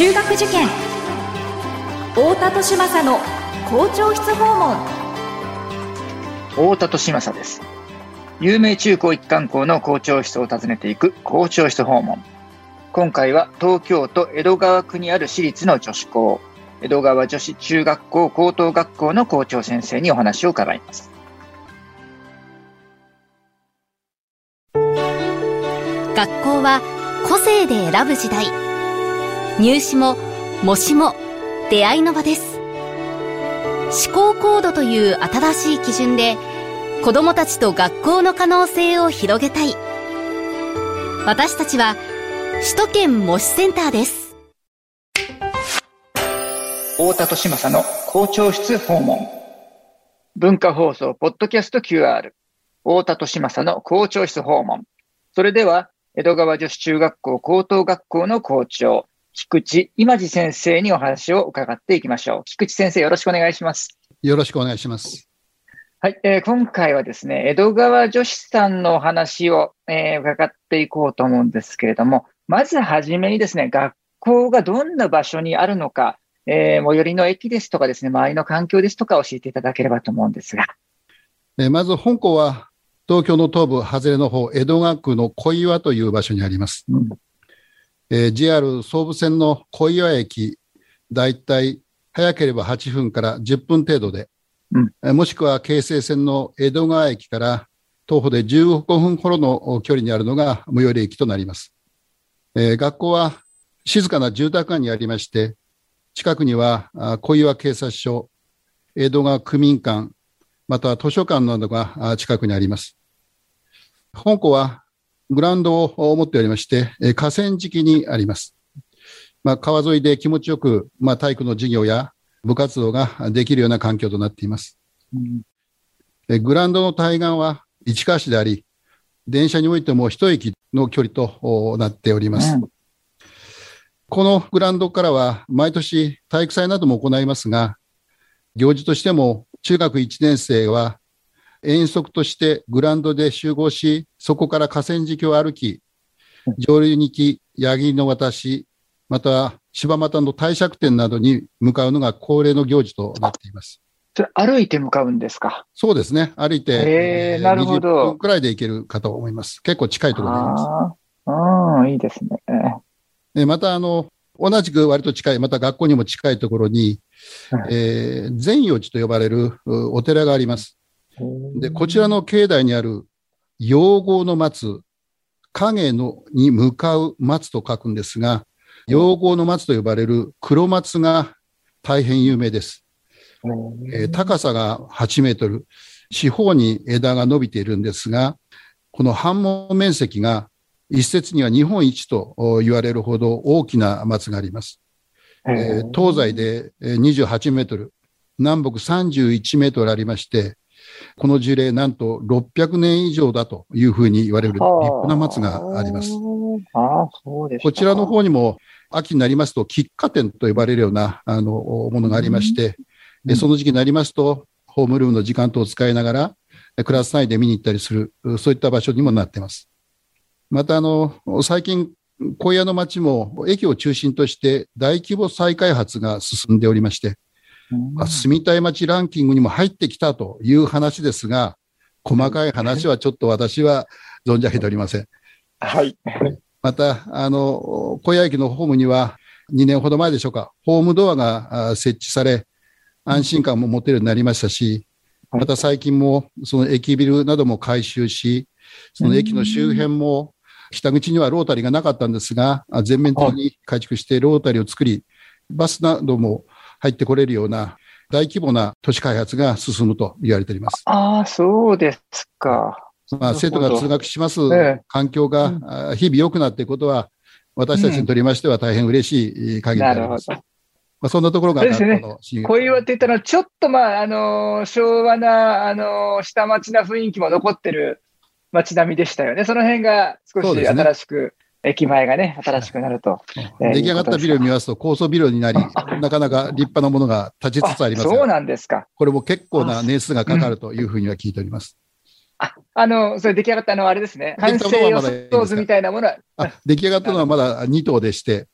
中学受験、太田利政の校長室訪問。 太田利政です。有名中高一貫校の校長室を訪ねていく校長室訪問。今回は東京都江戸川区にある私立の女子校、江戸川女子中学校高等学校の校長先生にお話を伺います。 学校は個性で選ぶ時代。入試も模試も出会いの場です。思考コードという新しい基準で子どもたちと学校の可能性を広げたい。私たちは首都圏模試センターです。 太田利政の校長室訪問。文化放送ポッドキャスト QR 太田利政の校長室訪問。それでは江戸川女子中学校高等学校の校長、菊池今次先生にお話を伺っていきましょう。菊池先生、よろしくお願いします。 よろしくお願いします。 はい、今回はですね、江戸川女子さんのお話を、伺っていこうと思うんですけれども、まずはじめにですね、学校がどんな場所にあるのか、最寄りの駅ですとかですね、周りの環境ですとか教えていただければと思うんですが。 まず本校は東京の東部外れの方、江戸川区の小岩という場所にあります。JR 総武線の小岩駅、だいたい早ければ8分から10分程度で、もしくは京成線の江戸川駅から徒歩で15分ほどの距離にあるのが最寄り駅となります。学校は静かな住宅街にありまして、近くには小岩警察署、江戸川区民館、または図書館などが近くにあります。本校はグラウンドを持っておりまして、河川敷にあります。川沿いで気持ちよく、体育の授業や部活動ができるような環境となっています。グラウンドの対岸は市川市であり、電車においても一駅の距離となっております。このグラウンドからは毎年体育祭なども行いますが、行事としても中学1年生は遠足としてグラウンドで集合し、そこから河川敷を歩き、上流に行き、矢切の渡し、または柴又の帝釈天などに向かうのが恒例の行事となっています。 それ歩いて向かうんですか？ そうですね。歩いて、 なるほど。 20分くらいで行けるかと思います。結構近いところにあります。いいですね。 また同じく割と近い、また学校にも近いところに、善養寺と呼ばれるお寺があります。で、こちらの境内にある陽号の松、影のに向かう松と書くんですが、陽号の松と呼ばれる黒松が大変有名です。高さが8メートル、四方に枝が伸びているんですが、この繁茂面積が一説には日本一と言われるほど大きな松があります。東西で28メートル、南北31メートルありまして、この樹齢なんと600年以上だというふうに言われる立派な松があります。 そうですか。 こちらの方にも秋になりますと菊花展と呼ばれるようなものがありまして、その時期になりますとホームルームの時間等を使いながらクラス単位で見に行ったりする、そういった場所にもなっています。また最近小岩の町も駅を中心として大規模再開発が進んでおりまして、住みたい街ランキングにも入ってきたという話ですが、細かい話はちょっと私は存じ上げておりません。 はい。 また、小岩駅のホームには2年ほど前でしょうか、ホームドアが設置され、安心感も持てるようになりましたし、また最近もその駅ビルなども改修し、その駅の周辺も北口にはロータリーがなかったんですが、全面的に改築してロータリーを作り、バスなども入ってこれるような大規模な都市開発が進むと言われております。 そうですか。 生徒が通学します環境が日々良くなっていくことは、私たちにとりましては大変嬉しい限りであります。そんなところがですね。小岩って言ったら、ちょっと昭和な下町な雰囲気も残ってる街並みでしたよね。その辺が少し新しく、駅前がね、新しくなると。 出来上がったビルを見ますと、高層ビルになり、なかなか立派なものが立ちつつありますが、 そうなんですか。 これも結構な年数がかかるというふうには聞いております。 それ出来上がったあれですね。完成予想図みたいなものは。 出来上がったのはまだ2棟でして、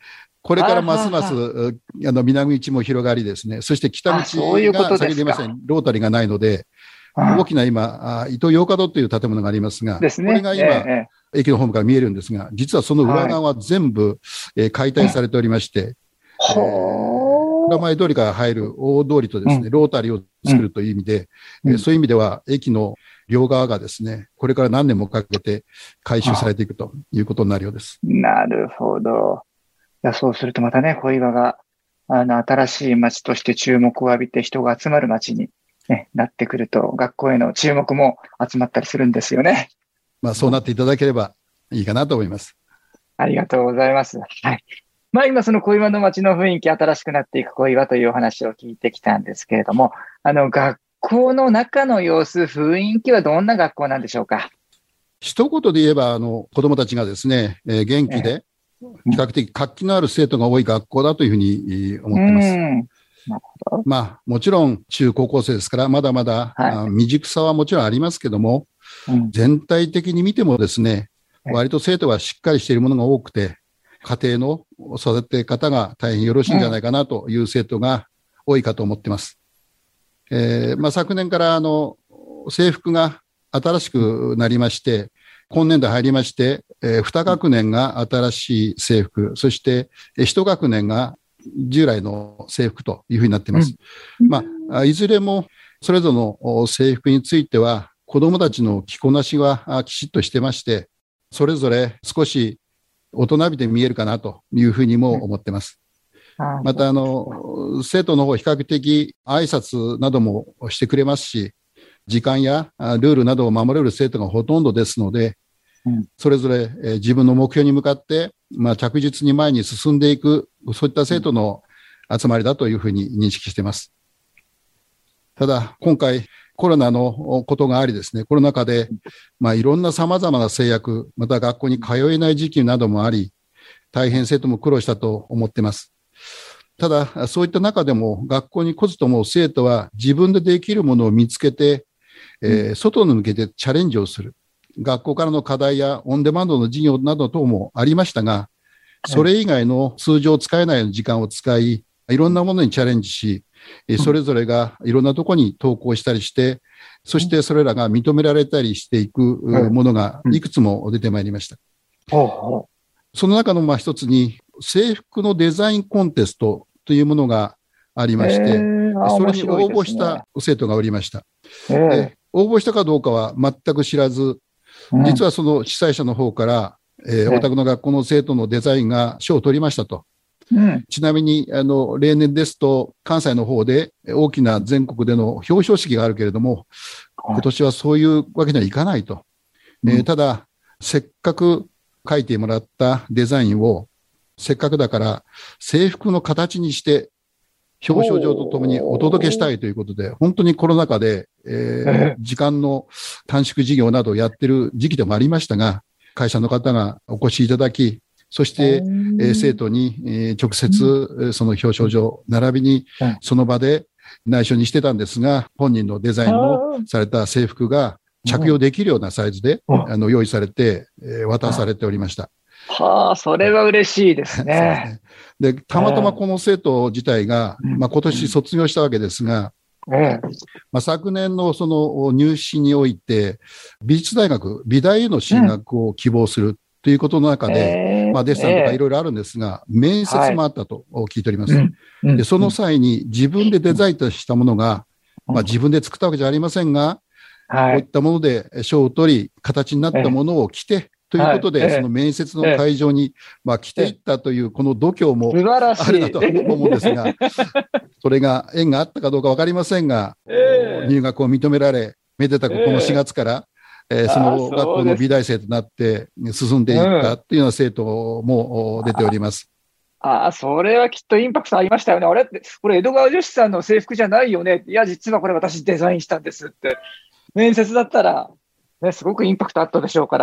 これからますます南口も広がりですね、そして北口が先に出ません、ロータリーがないので、大きな今、伊東洋華堂という建物がありますが、これが今、駅のホームから見えるんですが、実はその裏側は全部、解体されておりまして、蔵前通りから入る大通りとですね、ロータリーを作るという意味で、そういう意味では駅の両側がですね、これから何年もかけて改修されていくということになるようです。 なるほど。いや、そうするとまたね、小岩が、新しい街として注目を浴びて人が集まる街に、ね、なってくると、学校への注目も集まったりするんですよね。 そうなっていただければいいかなと思います。 ありがとうございます。はい。今その小岩の街の雰囲気、新しくなっていく小岩というお話を聞いてきたんですけれども、学校の中の様子、雰囲気はどんな学校なんでしょうか？ 一言で言えば、子供たちがですね、元気で、比較的活気のある生徒が多い学校だというふうに思ってます。もちろん中高校生ですから、まだまだ、未熟さはもちろんありますけども、全体的に見てもですね、割と生徒がしっかりしているものが多くて、家庭の育て方が大変よろしいんじゃないかなという生徒が多いかと思っています。昨年から制服が新しくなりまして、今年度入りまして、2学年が新しい制服、そして1学年が従来の制服というふうになっています。いずれもそれぞれの制服については、子どもたちの着こなしはきちっとしてまして、それぞれ少し大人びて見えるかなというふうにも思っています。また、生徒の方、比較的挨拶などもしてくれますし、時間やルールなどを守れる生徒がほとんどですので、それぞれ自分の目標に向かって、着実に前に進んでいく、そういった生徒の集まりだというふうに認識しています。ただ、今回、コロナのことがありですね、コロナ禍で、いろんな様々な制約、また学校に通えない時期などもあり、大変生徒も苦労したと思っています。ただ、そういった中でも学校に来ずとも生徒は自分でできるものを見つけて、外に向けてチャレンジをする。学校からの課題やオンデマンドの授業など等もありましたが、それ以外の通常使えない時間を使い、いろんなものにチャレンジし、それぞれがいろんなところに投稿したりして、そしてそれらが認められたりしていくものがいくつも出てまいりました。その中の一つに、制服のデザインコンテストというものがありまして、それに応募した生徒がおりました。応募したかどうかは全く知らず、実はその主催者の方から、お宅の学校の生徒のデザインが賞を取りましたと。ちなみに、例年ですと、関西の方で大きな全国での表彰式があるけれども、今年はそういうわけにはいかないと。ただ、せっかく書いてもらったデザインを、せっかくだから制服の形にして、表彰状とともにお届けしたいということで、本当にコロナ禍で、時間の短縮事業などをやっている時期でもありましたが、会社の方がお越しいただき、そして、生徒に、直接その表彰状、並びにその場で内緒にしてたんですが、本人のデザインのされた制服が着用できるようなサイズで用意されて、渡されておりました。 それは嬉しいですね。 で、たまたまこの生徒自体が、今年卒業したわけですが、昨年のその入試において、美術大学、美大への進学を希望するということの中で、デッサンとかいろいろあるんですが、面接もあったと聞いております。で、その際に自分でデザインしたものが、自分で作ったわけじゃありませんが、こういったもので賞を取り、形になったものを着て、ということで、その面接の会場に、来ていったという、この度胸もあるなと思うんですが、それが縁があったかどうかわかりませんが、入学を認められ、めでたくこの4月から、その学校の美大生となって進んでいったというような生徒も出ております。 それはきっとインパクトありましたよね。あれって、これ江戸川女子さんの制服じゃないよね。いや、実はこれ私デザインしたんですって。面接だったら、ね、すごくインパクトあったでしょうから。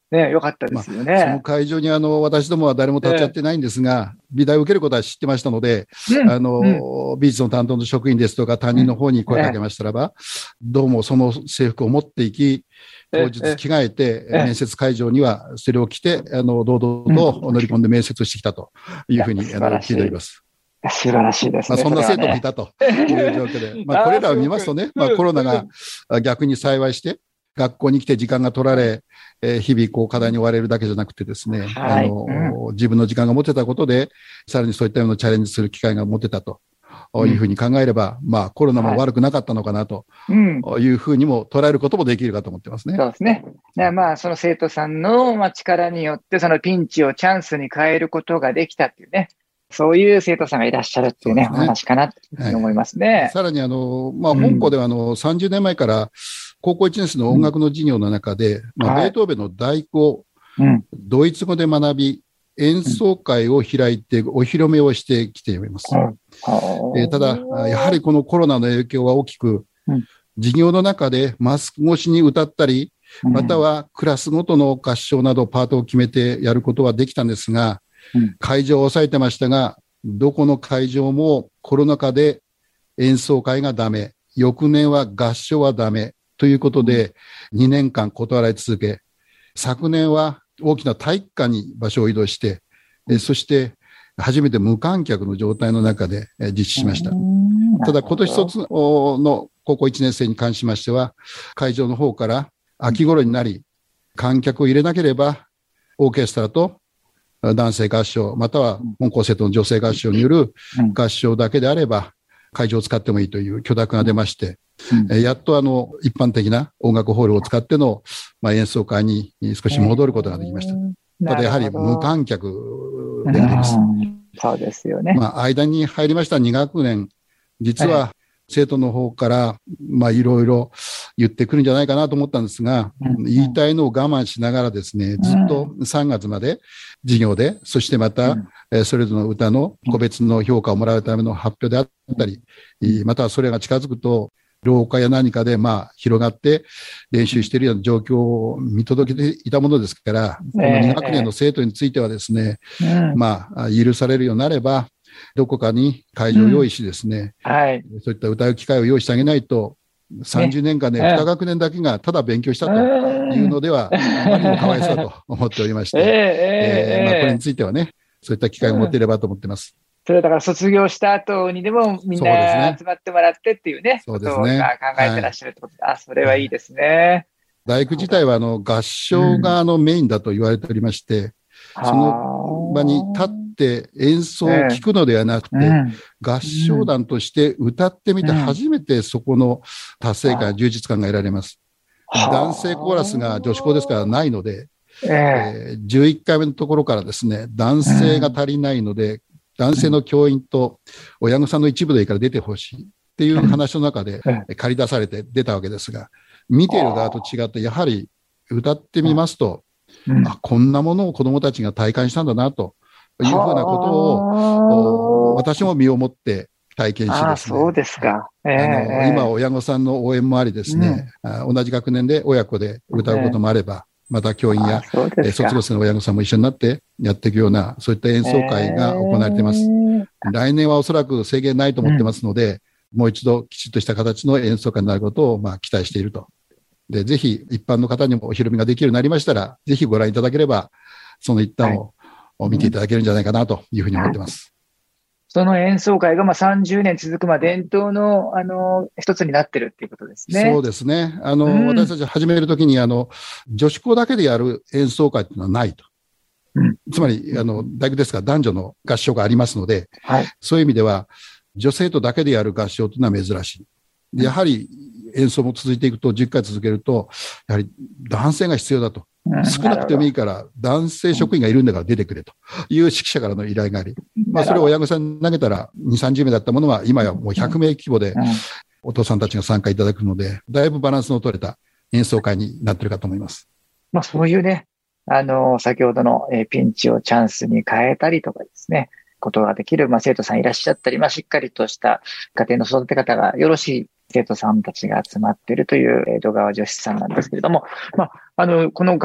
ね、よかったですよね。 その会場に私どもは誰も立ち会ってないんですが、美大を受けることは知ってましたので、美術の担当の職員ですとか担任の方に声かけましたらば、どうもその制服を持っていき、当日着替えて、面接会場にはそれを着て、堂々と乗り込んで面接してきたというふうに聞いております。 素晴らしいですね。 そんな生徒もいたという状況で、これらを見ますとね、コロナが逆に幸いして、学校に来て時間が取られ、日々課題に追われるだけじゃなくてですね、自分の時間が持てたことで、さらにそういったようなチャレンジする機会が持てたというふうに考えれば、コロナも悪くなかったのかなというふうにも捉えることもできるかと思ってますね。 そうですね。その生徒さんの力によって、そのピンチをチャンスに変えることができたっていうね、そういう生徒さんがいらっしゃるっていうね、お話かなと思いますね。 さらに本校では30年前から高校1年生の音楽の授業の中で、ベートーベンの第五、ドイツ語で学び、演奏会を開いてお披露目をしてきています。ただ、やはりこのコロナの影響は大きく、授業の中でマスク越しに歌ったり、またはクラスごとの合唱などパートを決めてやることはできたんですが、会場を抑えてましたが、どこの会場もコロナ禍で演奏会がダメ、翌年は合唱はダメということで、2年間断られ続け、昨年は大きな体育館に場所を移動して、そして初めて無観客の状態の中で実施しました。ただ今年卒の高校1年生に関しましては、会場の方から秋頃になり、観客を入れなければ、オーケストラと男性合唱、または本校生徒の女性合唱による合唱だけであれば、会場を使ってもいいという許諾が出まして、やっと一般的な音楽ホールを使っての演奏会に少し戻ることができました。ただやはり無観客であります。 そうですよね。 間に入りました2学年、実は生徒の方からいろいろ言ってくるんじゃないかなと思ったんですが、言いたいのを我慢しながらですね、ずっと3月まで授業で、そしてまたそれぞれの歌の個別の評価をもらうための発表であったり、またはそれが近づくと廊下や何かで広がって練習しているような状況を見届けていたものですから、この2学年の生徒についてはですね、許されるようになれば、どこかに会場を用意しですね、そういった歌う機会を用意してあげないと、30年間で2学年だけがただ勉強したというのでは、あまりにもかわいそうだと思っておりまして、これについてはね、そういった機会を持っていればと思っています。 それだから卒業した後にでもみんな集まってもらってっていうね、ことを今考えてらっしゃるってことで、それはいいですね。 大工自体は合唱がメインだと言われておりまして、その場に立って演奏を聞くのではなくて、合唱団として歌ってみて初めてそこの達成感、充実感が得られます。男性コーラスが女子校ですからないので、11回目のところからですね、男性が足りないので、男性の教員と親御さんの一部でいいから出てほしいっていう話の中で借り出されて出たわけですが、見ている側と違って、やはり歌ってみますと、こんなものを子供たちが体感したんだなというふうなことを私も身をもって体験しですね。 そうですか。 今親御さんの応援もありですね、同じ学年で親子で歌うこともあれば、また教員や卒業生の親御さんも一緒になってやっていくような、そういった演奏会が行われています。来年はおそらく制限ないと思ってますので、もう一度きちっとした形の演奏会になることを期待していると。で、ぜひ一般の方にもお披露目ができるようになりましたら、ぜひご覧いただければ、その一端を見ていただけるんじゃないかなというふうに思っています。 その演奏会が30年続く伝統の一つになってるっていうことですね。 そうですね。私たち始めるときに女子校だけでやる演奏会っていうのはないと。つまり大学ですが男女の合唱がありますので、そういう意味では女性とだけでやる合唱というのは珍しい。やはり演奏も続いていくと10回続けると、やはり男性が必要だと。少なくてもいいから男性職員がいるんだから出てくれという指揮者からの依頼があり、それを親御さんに投げたら2、30名だったものは今やもう100名規模でお父さんたちが参加いただくので、だいぶバランスの取れた演奏会になっているかと思います。 そういうね、先ほどのピンチをチャンスに変えたりとかですね、ことができる生徒さんいらっしゃったり、しっかりとした家庭の育て方がよろしい生徒さんたちが集まっているという江戸川女子さんなんですけれども、この学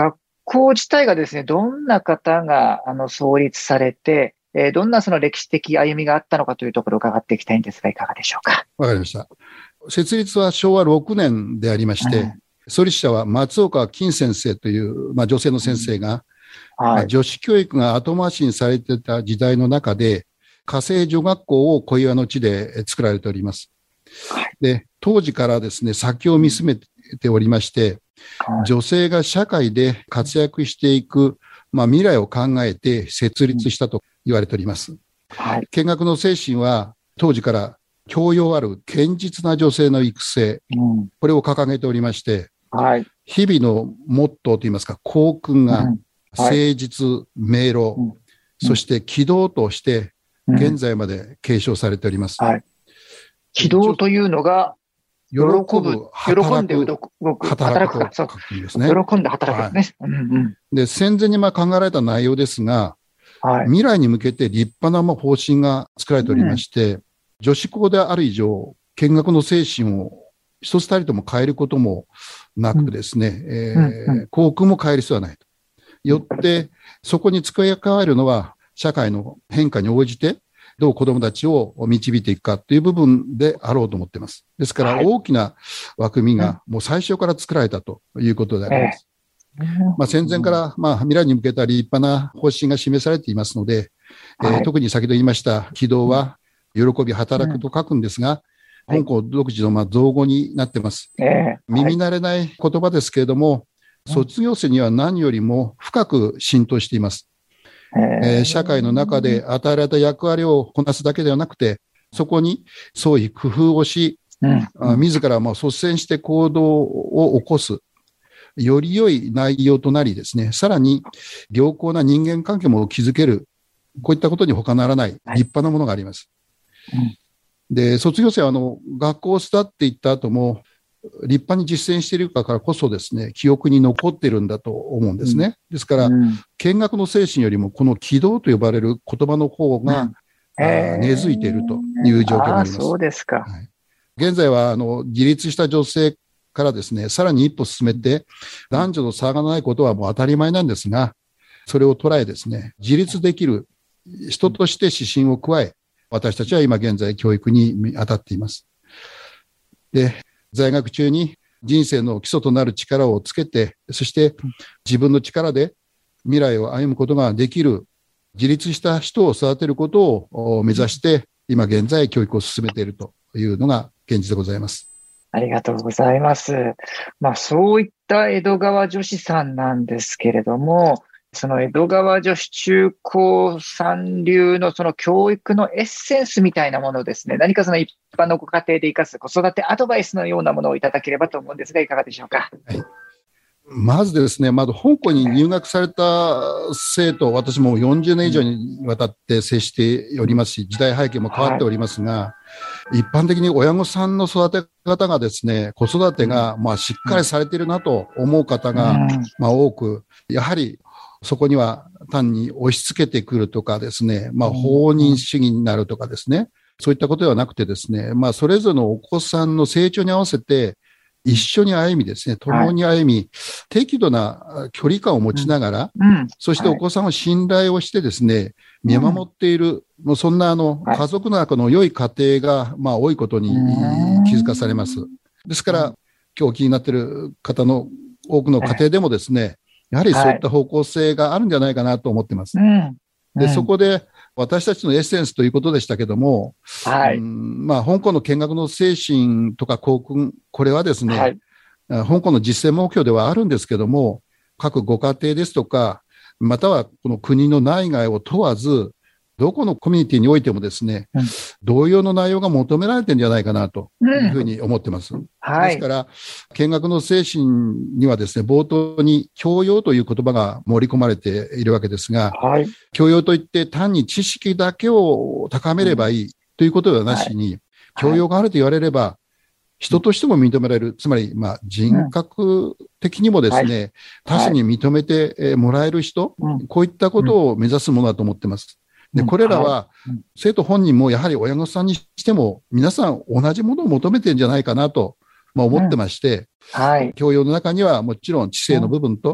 校自体がですね、どんな方が創立されて、どんなその歴史的歩みがあったのかというところを伺っていきたいんですが、いかがでしょうか。 わかりました。設立は昭和6年でありまして、創立者は松岡金先生という、女性の先生が、女子教育が後回しにされていた時代の中で、家政女学校を小岩の地で作られております。で、当時からですね、先を見つめておりまして、女性が社会で活躍していく、未来を考えて設立したと言われております。見学の精神は、当時から教養ある堅実な女性の育成、これを掲げておりまして、日々のモットーといいますか、校訓が誠実、明朗、そして軌道として現在まで継承されております。 軌道というのが、喜ぶ、喜んで動く、働くか、そうですね。喜んで働くですね。 で、戦前に考えられた内容ですが、未来に向けて立派な方針が作られておりまして、女子校である以上、見学の精神を一つたりとも変えることもなくですね、校訓も変える必要はないと。よって、そこに付け加えるのは、社会の変化に応じて、どう子どもたちを導いていくかという部分であろうと思っています。ですから、大きな枠組みがもう最初から作られたということであります。戦前から未来に向けた立派な方針が示されていますので、特に先ほど言いました軌道は、喜び働くと書くんですが、本校独自の造語になっています。耳慣れない言葉ですけれども、卒業生には何よりも深く浸透しています。社会の中で与えられた役割をこなすだけではなくて、そこに創意工夫をし、自ら率先して行動を起こす、より良い内容となりですね、さらに良好な人間関係も築ける、こういったことに他ならない立派なものがあります。で、卒業生は学校を巣立っていった後も、立派に実践しているからこそですね、記憶に残っているんだと思うんですね。ですから、見学の精神よりもこの軌道と呼ばれる言葉の方が、根付いているという状況があります。 そうですか。 現在は自立した女性からですね、さらに一歩進めて、男女の差がないことはもう当たり前なんですが、それを捉えですね、自立できる人として指針を加え、私たちは今現在教育に当たっています。で、在学中に人生の基礎となる力をつけて、そして自分の力で未来を歩むことができる自立した人を育てることを目指して、今現在教育を進めているというのが現実でございます。 ありがとうございます。そういった江戸川女子さんなんですけれども、その江戸川女子中高さん流のその教育のエッセンスみたいなものをですね、何かその一般のご家庭で生かす子育てアドバイスのようなものをいただければと思うんですが、いかがでしょうか。 まずですね、香港に入学された生徒、私も40年以上にわたって接しておりますし、時代背景も変わっておりますが、一般的に親御さんの育て方がですね、子育てがしっかりされているなと思う方が多く、やはりそこには単に押し付けてくるとかですね、放任主義になるとかですね、そういったことではなくてですね、それぞれのお子さんの成長に合わせて、一緒に歩みですね、共に歩み、適度な距離感を持ちながら、そしてお子さんを信頼をしてですね、見守っている、もうそんな家族の中の良い家庭が多いことに気づかされます。ですから、今日気になっている方の多くの家庭でもですね、やはりそういった方向性があるんじゃないかなと思っています。で、そこで私たちのエッセンスということでしたけども、香港の見学の精神とか校訓、これはですね、香港の実践目標ではあるんですけども、各ご家庭ですとか、またはこの国の内外を問わず、どこのコミュニティにおいてもですね、同様の内容が求められてるんじゃないかなというふうに思ってます。ですから、見学の精神にはですね、冒頭に教養という言葉が盛り込まれているわけですが、教養といって単に知識だけを高めればいいということではなしに、教養があると言われれば、人としても認められる、つまり、人格的にもですね、他者に認めてもらえる人、こういったことを目指すものだと思っています。で、これらは、生徒本人もやはり親御さんにしても、皆さん同じものを求めてるんじゃないかなと、思ってまして、教養の中にはもちろん知性の部分と、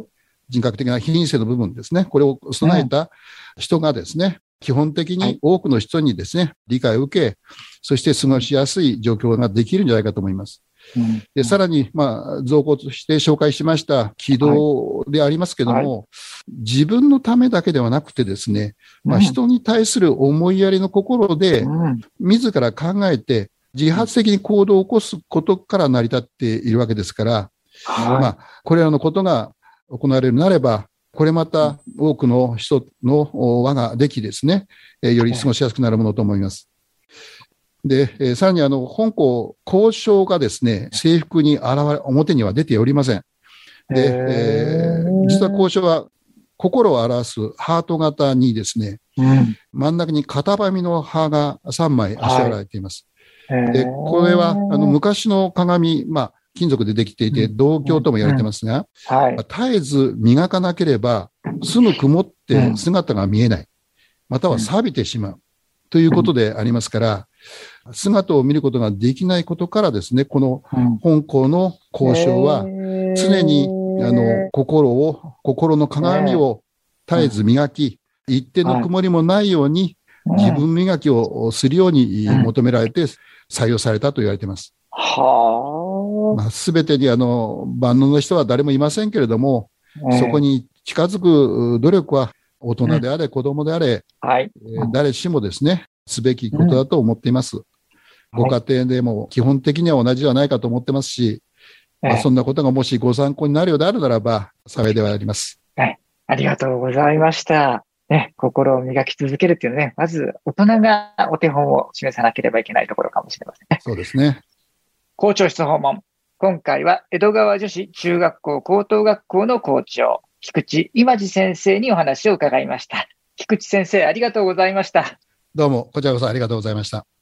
人格的な品性の部分ですね、これを備えた人がですね、基本的に多くの人にですね、理解を受け、そして過ごしやすい状況ができるんじゃないかと思います。でさらに、増項として紹介しました軌道でありますけども、自分のためだけではなくてですね、人に対する思いやりの心で、自ら考えて、自発的に行動を起こすことから成り立っているわけですから、これらのことが行われるようになれば、これまた多くの人の輪ができですね、より過ごしやすくなるものと思います。で、さらに本校交渉がですね、制服に表には出ておりません。で、実は交渉は心を表すハート型にですね、真ん中に片喰の葉が3枚あしらわれています。で、これは昔の鏡、金属でできていて、銅鏡とも言われてますが、絶えず磨かなければ、すぐ曇って姿が見えない。または錆びてしまう。ということでありますから、姿を見ることができないことからですね、この本校の交渉は、常に心の鏡を絶えず磨き、一定の曇りもないように、自分磨きをするように求められて採用されたと言われています。すべてに万能の人は誰もいませんけれども、そこに近づく努力は大人であれ、子供であれ、誰しもですね、すべきことだと思っています。ご家庭でも基本的には同じではないかと思ってますし、そんなことがもしご参考になるようであるならば、幸いではあります。 ありがとうございました。心を磨き続けるっていうのはね、まず大人がお手本を示さなければいけないところかもしれませんね。 そうですね。 校長室訪問。今回は江戸川女子中学校高等学校の校長、菊池今治先生にお話を伺いました。菊池先生、ありがとうございました。 どうも、こちらこそありがとうございました。